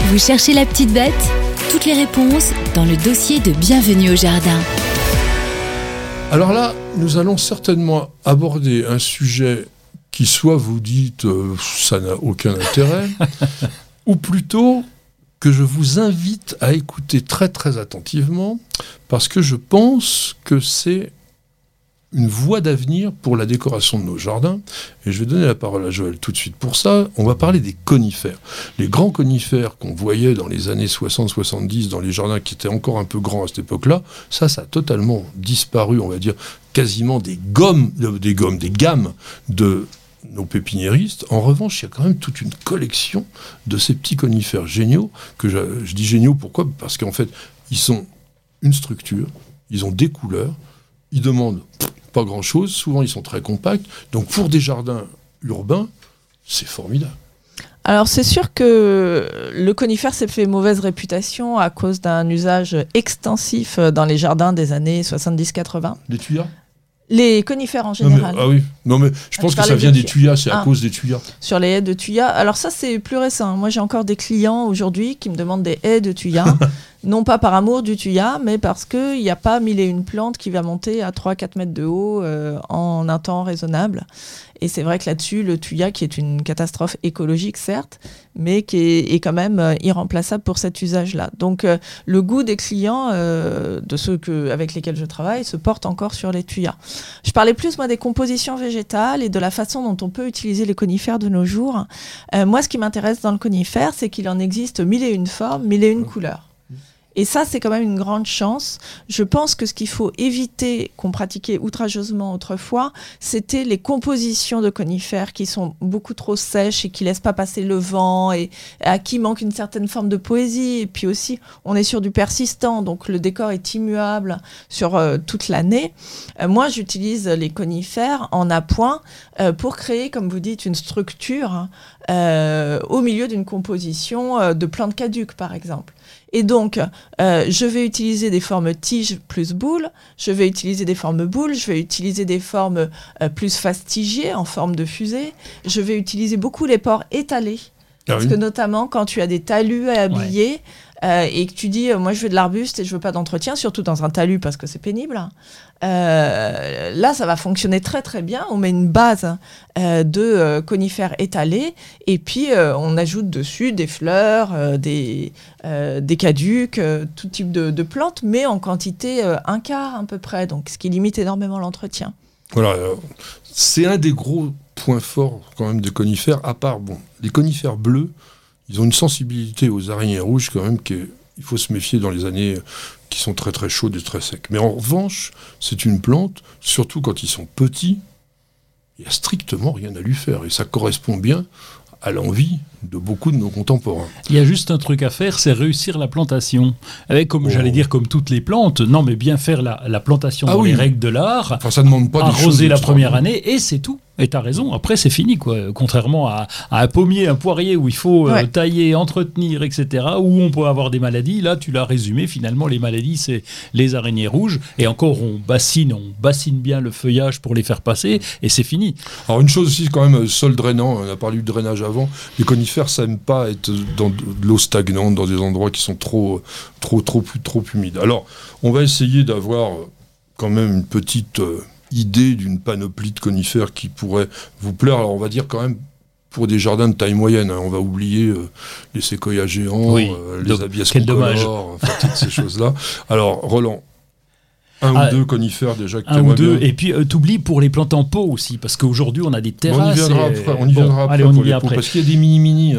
Vous cherchez la petite bête ? Toutes les réponses dans le dossier de Bienvenue au Jardin. Alors là, nous allons certainement aborder un sujet qui soit vous dites ça n'a aucun intérêt, ou plutôt que je vous invite à écouter très très attentivement, parce que je pense que c'est une voie d'avenir pour la décoration de nos jardins. Et je vais donner la parole à Joël tout de suite pour ça. On va parler des conifères. Les grands conifères qu'on voyait dans les années 60-70 dans les jardins qui étaient encore un peu grands à cette époque-là, ça a totalement disparu, on va dire, quasiment des gammes de nos pépiniéristes. En revanche, il y a quand même toute une collection de ces petits conifères géniaux, que je dis géniaux, pourquoi ? Parce qu'en fait, ils ont une structure, ils ont des couleurs, ils demandent pas grand-chose, souvent ils sont très compacts, donc pour des jardins urbains, c'est formidable. Alors c'est sûr que le conifère s'est fait mauvaise réputation à cause d'un usage extensif dans les jardins des années 70-80. Les tuyas ? Les conifères en général. Non mais je pense que ça vient des tuyas, c'est à cause des tuyas. Sur les haies de tuyas. Alors ça c'est plus récent. Moi j'ai encore des clients aujourd'hui qui me demandent des haies de tuyas. Non pas par amour du tuya, mais parce qu'il n'y a pas 1001 plantes qui va monter à 3-4 mètres de haut en un temps raisonnable. Et c'est vrai que là-dessus, le tuya, qui est une catastrophe écologique, certes, mais qui est quand même irremplaçable pour cet usage-là. Donc, le goût des clients, de ceux avec lesquels je travaille, se porte encore sur les tuyas. Je parlais plus, moi, des compositions végétales et de la façon dont on peut utiliser les conifères de nos jours. Moi, ce qui m'intéresse dans le conifère, c'est qu'il en existe 1001 formes, 1001 couleurs. Et ça, c'est quand même une grande chance. Je pense que ce qu'il faut éviter, qu'on pratiquait outrageusement autrefois, c'était les compositions de conifères qui sont beaucoup trop sèches et qui laissent pas passer le vent et à qui manque une certaine forme de poésie. Et puis aussi, on est sur du persistant, donc le décor est immuable sur toute l'année. Moi, j'utilise les conifères en appoint pour créer, comme vous dites, une structure au milieu d'une composition de plantes caduques, par exemple. Et donc, je vais utiliser des formes tiges plus boules, je vais utiliser des formes boules, je vais utiliser des formes plus fastigiées en forme de fusée, je vais utiliser beaucoup les pores étalés. Parce que notamment, quand tu as des talus à habiller et que tu dis, moi je veux de l'arbuste et je veux pas d'entretien, surtout dans un talus parce que c'est pénible, là ça va fonctionner très très bien. On met une base de conifères étalés et puis on ajoute dessus des fleurs, des caducs, tout type de plantes, mais en quantité un quart à peu près, donc ce qui limite énormément l'entretien. Voilà, c'est un des gros points forts quand même des conifères, à part, les conifères bleus, ils ont une sensibilité aux araignées rouges quand même qu'il faut se méfier dans les années qui sont très très chaudes et très secs. Mais en revanche, c'est une plante, surtout quand ils sont petits, il n'y a strictement rien à lui faire. Et ça correspond bien à l'envie de beaucoup de nos contemporains. Il y a juste un truc à faire, c'est réussir la plantation. Avec, j'allais dire, comme toutes les plantes, non mais bien faire la plantation dans les règles de l'art, enfin, ça demande pas arroser la première année, et c'est tout. Et t'as raison, après c'est fini, quoi. Contrairement à un pommier, un poirier où il faut tailler, entretenir, etc., où on peut avoir des maladies, là tu l'as résumé, finalement les maladies c'est les araignées rouges, et encore on bassine bien le feuillage pour les faire passer, et c'est fini. Alors une chose aussi quand même, sol drainant, on a parlé du drainage avant, les conifères ça n'aime pas être dans de l'eau stagnante, dans des endroits qui sont trop humides. Alors on va essayer d'avoir quand même une petite idée d'une panoplie de conifères qui pourrait vous plaire. Alors on va dire quand même pour des jardins de taille moyenne, on va oublier les séquoias géants, les abies colores, enfin, toutes ces choses-là. Alors Roland, un ou deux conifères déjà que tu aimerais bien. Et puis t'oublies pour les plantes en pot aussi, parce qu'aujourd'hui on a des terrasses. On y viendra après pour les pots, parce qu'il y a des mini-mini.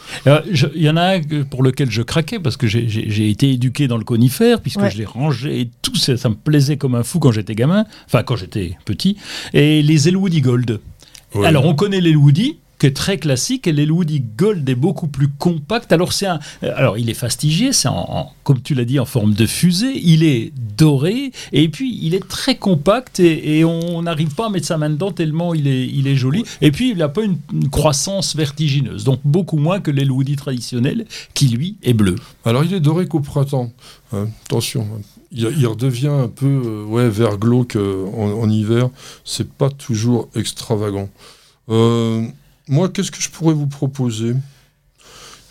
Il y en a un pour lequel je craquais parce que j'ai été éduqué dans le conifère puisque je l'ai rangé et tout ça me plaisait comme un fou quand j'étais gamin, enfin quand j'étais petit. Et les Elwoody Gold. Ouais. Alors on connaît l'Elwoody qui est très classique et l'Elwoody Gold est beaucoup plus compact. Alors il est fastigié, c'est comme tu l'as dit en forme de fusée, il est doré et puis il est très compact et on n'arrive pas à mettre sa main dedans tellement il est joli. Et puis il n'a pas une croissance vertigineuse, donc beaucoup moins que l'Elwoody traditionnel qui lui est bleu. Alors il est doré qu'au printemps, attention. Il redevient un peu vert glauque en hiver, c'est pas toujours extravagant. Moi, qu'est-ce que je pourrais vous proposer ?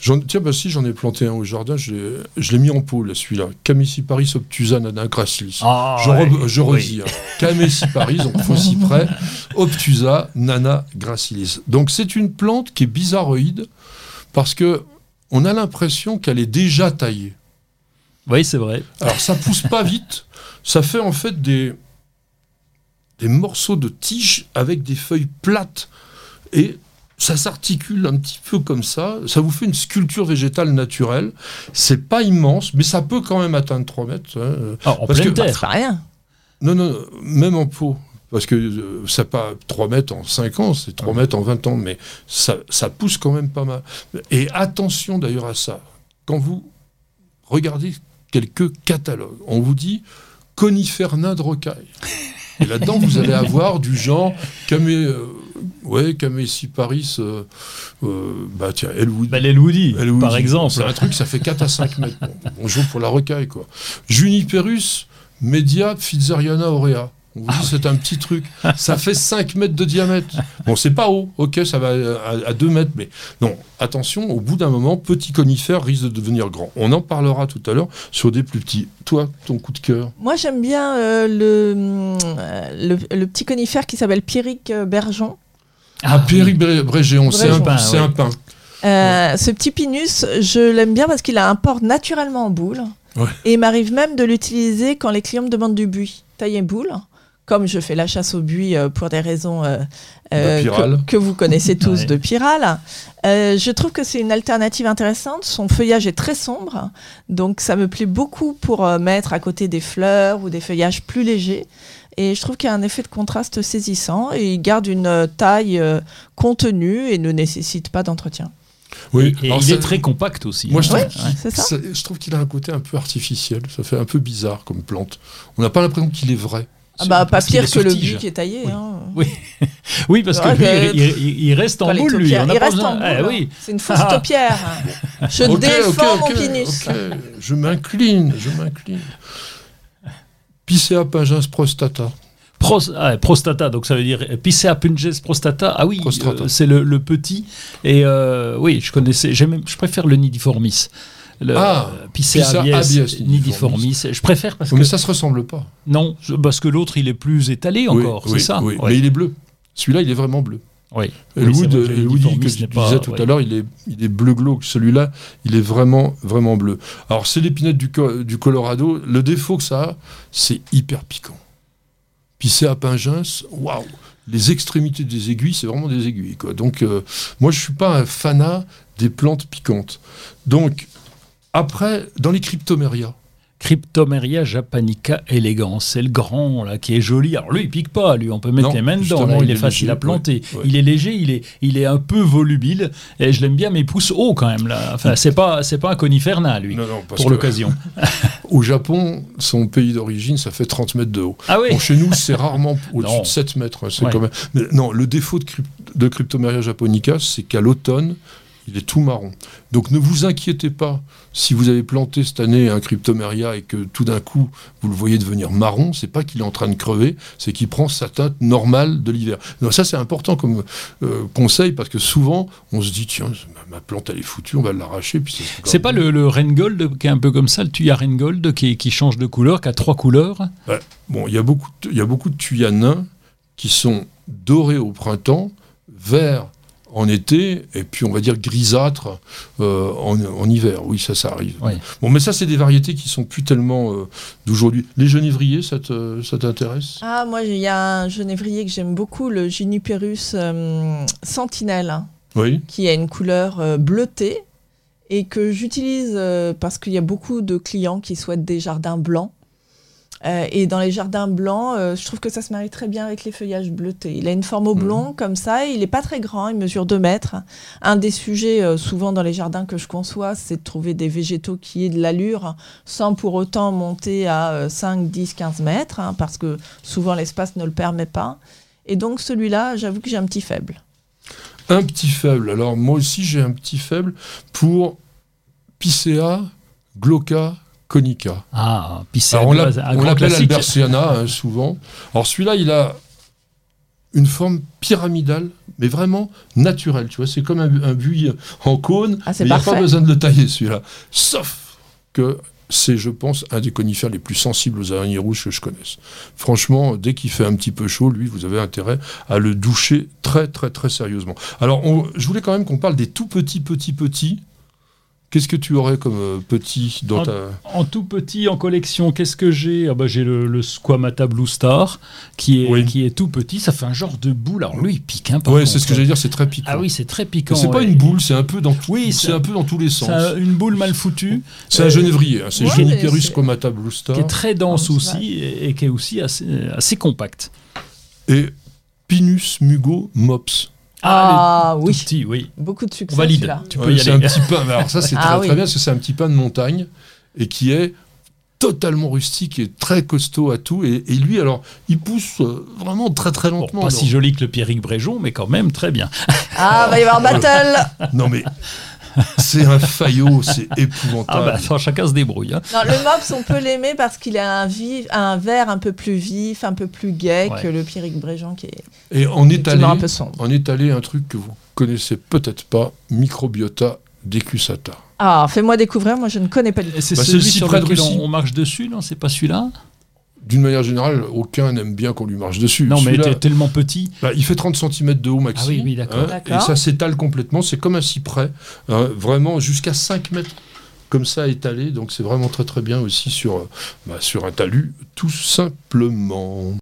Tiens, bah si, j'en ai planté un au jardin, je l'ai mis en pot, là, celui-là. Camesiparis obtusa nana gracilis. Je redis. Hein. Camesiparis, donc faux cyprès, obtusa nana gracilis. Donc c'est une plante qui est bizarroïde, parce qu'on a l'impression qu'elle est déjà taillée. Oui, c'est vrai. Alors ça pousse pas vite, ça fait en fait des morceaux de tige avec des feuilles plates, et ça s'articule un petit peu comme ça vous fait une sculpture végétale naturelle. C'est pas immense, mais ça peut quand même atteindre 3 mètres. Hein, en pleine terre. C'est pas rien. Non, même en pot. Parce que c'est pas 3 mètres en 5 ans, c'est 3 mètres en 20 ans, mais ça pousse quand même pas mal. Et attention d'ailleurs à ça, quand vous regardez quelques catalogues, on vous dit conifères nains de rocaille. Et là-dedans, vous allez avoir du genre Camesiparis, Elwood. L'Elwoodi, par exemple. C'est un truc, ça fait 4 à 5 mètres. Bonjour pour la rocaille, quoi. Juniperus media pfitzeriana aurea. On vous dit, c'est un petit truc. Ça fait 5 mètres de diamètre. Bon, c'est pas haut. Ok, ça va à 2 mètres. Mais non, attention, au bout d'un moment, petit conifère risque de devenir grand. On en parlera tout à l'heure sur des plus petits. Toi, ton coup de cœur? Moi, j'aime bien le petit conifère qui s'appelle Pierrick Bergeon. Pierrick Brégeon, c'est un pin. Ce petit pinus, je l'aime bien parce qu'il a un port naturellement en boule. Ouais. Et il m'arrive même de l'utiliser quand les clients me demandent du buis. Tailler boule. Comme je fais la chasse au buis pour des raisons que vous connaissez tous de Pyrale, je trouve que c'est une alternative intéressante. Son feuillage est très sombre, donc ça me plaît beaucoup pour mettre à côté des fleurs ou des feuillages plus légers. Et je trouve qu'il y a un effet de contraste saisissant et il garde une taille contenue et ne nécessite pas d'entretien. Oui, et il est très compact aussi. Moi, je trouve qu'il a un côté un peu artificiel. Ça fait un peu bizarre comme plante. On n'a pas l'impression qu'il est vrai. Pas pire que le buis qui est taillé. Oui, hein. Oui parce que lui, il reste en boule, lui. Il reste en boule. Oui. C'est une fausse taupière. Je défends mon pinus. Je m'incline. Picea pungens prostata. Prostata, donc ça veut dire Picea pungens prostata. Ah oui, c'est le petit. Et oui, je connaissais. Je préfère le nidiformis. Picea abies nidiformis. Je préfère parce que. Mais ça se ressemble pas. Non, parce que l'autre il est plus étalé encore, c'est ça. Oui. Mais il est bleu. Celui-là, il est vraiment bleu. Oui. Elwood que je disais tout à l'heure, il est bleu glauque. Celui-là, il est vraiment, vraiment bleu. Alors, c'est l'épinette du Colorado. Le défaut que ça a, c'est hyper piquant. Picea pungens, waouh! Les extrémités des aiguilles, c'est vraiment des aiguilles, quoi. Donc, moi, je suis pas un fanat des plantes piquantes. Donc, après, dans les cryptomérias. Cryptomeria japonica elegans, c'est le grand là qui est joli. Alors lui il pique pas, lui on peut mettre les mains dedans, là, il est facile à planter. Ouais. Il est léger, il est un peu volubile et je l'aime bien, mais il pousse haut quand même là. Enfin c'est pas un conifère nain lui. Non, pour l'occasion. Au Japon, son pays d'origine, ça fait 30 mètres de haut. Ah oui. Bon, chez nous c'est rarement au-dessus de 7 mètres. C'est quand même. Mais non, le défaut de Cryptomeria japonica, c'est qu'à l'automne, il est tout marron. Donc ne vous inquiétez pas si vous avez planté cette année un Cryptomeria et que tout d'un coup vous le voyez devenir marron, c'est pas qu'il est en train de crever, c'est qu'il prend sa teinte normale de l'hiver. Donc ça c'est important comme conseil parce que souvent on se dit tiens ma plante elle est foutue, on va l'arracher. Puis c'est pas le Reingold qui est un peu comme ça, le Thuya Reingold qui change de couleur, qui a 3 couleurs. Ouais. Bon, il y a beaucoup de Thuya nains qui sont dorés au printemps, verts en été, et puis on va dire grisâtre en hiver. Oui, ça arrive. Oui. Bon, mais ça, c'est des variétés qui sont plus tellement d'aujourd'hui. Les genévriers, ça t'intéresse? Ah, moi, il y a un genévrier que j'aime beaucoup, le Juniperus sentinelle, qui a une couleur bleutée, et que j'utilise parce qu'il y a beaucoup de clients qui souhaitent des jardins blancs. Et dans les jardins blancs, je trouve que ça se marie très bien avec les feuillages bleutés. Il a une forme oblong comme ça, il n'est pas très grand, il mesure 2 mètres. Un des sujets souvent dans les jardins que je conçois, c'est de trouver des végétaux qui aient de l'allure sans pour autant monter à 5, 10, 15 mètres, parce que souvent l'espace ne le permet pas. Et donc celui-là, j'avoue que j'ai un petit faible. Un petit faible. Alors moi aussi j'ai un petit faible pour Picea glauca conica. Picea. On l'appelle Alberciana souvent. Alors celui-là, il a une forme pyramidale, mais vraiment naturelle. Tu vois, c'est comme un buis en cône, Ah, c'est mais il n'y a parfait. pas besoin de le tailler, celui-là. Sauf que c'est, je pense, un des conifères les plus sensibles aux araignées rouges que je connaisse. Franchement, dès qu'il fait un petit peu chaud, lui, vous avez intérêt à le doucher très, très, très sérieusement. Alors, je voulais quand même qu'on parle des tout petits. Qu'est-ce que tu aurais comme petit dans ta... En tout petit, en collection, qu'est-ce que j'ai ? J'ai le Squamata Blue Star, qui est tout petit. Ça fait un genre de boule. Alors lui, il pique. Par Ouais, contre. c'est ce que j'allais dire, c'est très piquant. Ah oui, c'est très piquant. Mais c'est pas ouais. une boule, c'est un peu dans, Oui, c'est un peu dans tous les sens. C'est une boule mal foutue. C'est un genévrier, hein, c'est ouais, Juniperus mais c'est- squamata blue star. Qui est très dense Oh, c'est aussi et qui est aussi assez compact. Et Pinus mugo mops. Ah, tout oui. petit, oui. Beaucoup de succès. On valide. celui-là. Tu peux y C'est aller. un petit pain. Alors ça, c'est Ah très, oui. très bien, parce que c'est un petit pain de montagne et qui est totalement rustique et très costaud à tout. Et lui, alors, il pousse vraiment très, très Bon, lentement. pas si joli que le Pierrick Bréjon, mais quand même très bien. Ah, va y avoir battle. Non, mais c'est un faillot, c'est épouvantable. Attends, chacun se débrouille. Hein. Non, le mops, on peut l'aimer parce qu'il a un vert un peu plus vif, un peu plus gai Ouais. que le Pierrick Bréjon qui est Et on est allé, effectivement un peu sombre. un truc que vous connaissez peut-être pas, Microbiota decussata. Ah, fais-moi découvrir, moi je ne connais pas du tout. Et c'est Bah, c'est celui le sur cyprès de lequel Russie. on marche dessus, non ? C'est pas celui-là ? D'une manière générale, aucun n'aime bien qu'on lui marche dessus. Non, mais Celui-là, t'es tellement petit. il fait 30 cm de haut maxi. Ah oui, d'accord. D'accord. Et ça s'étale complètement. C'est comme un cyprès. Vraiment jusqu'à 5 mètres comme ça étalé. Donc c'est vraiment très très bien aussi sur un talus, tout simplement.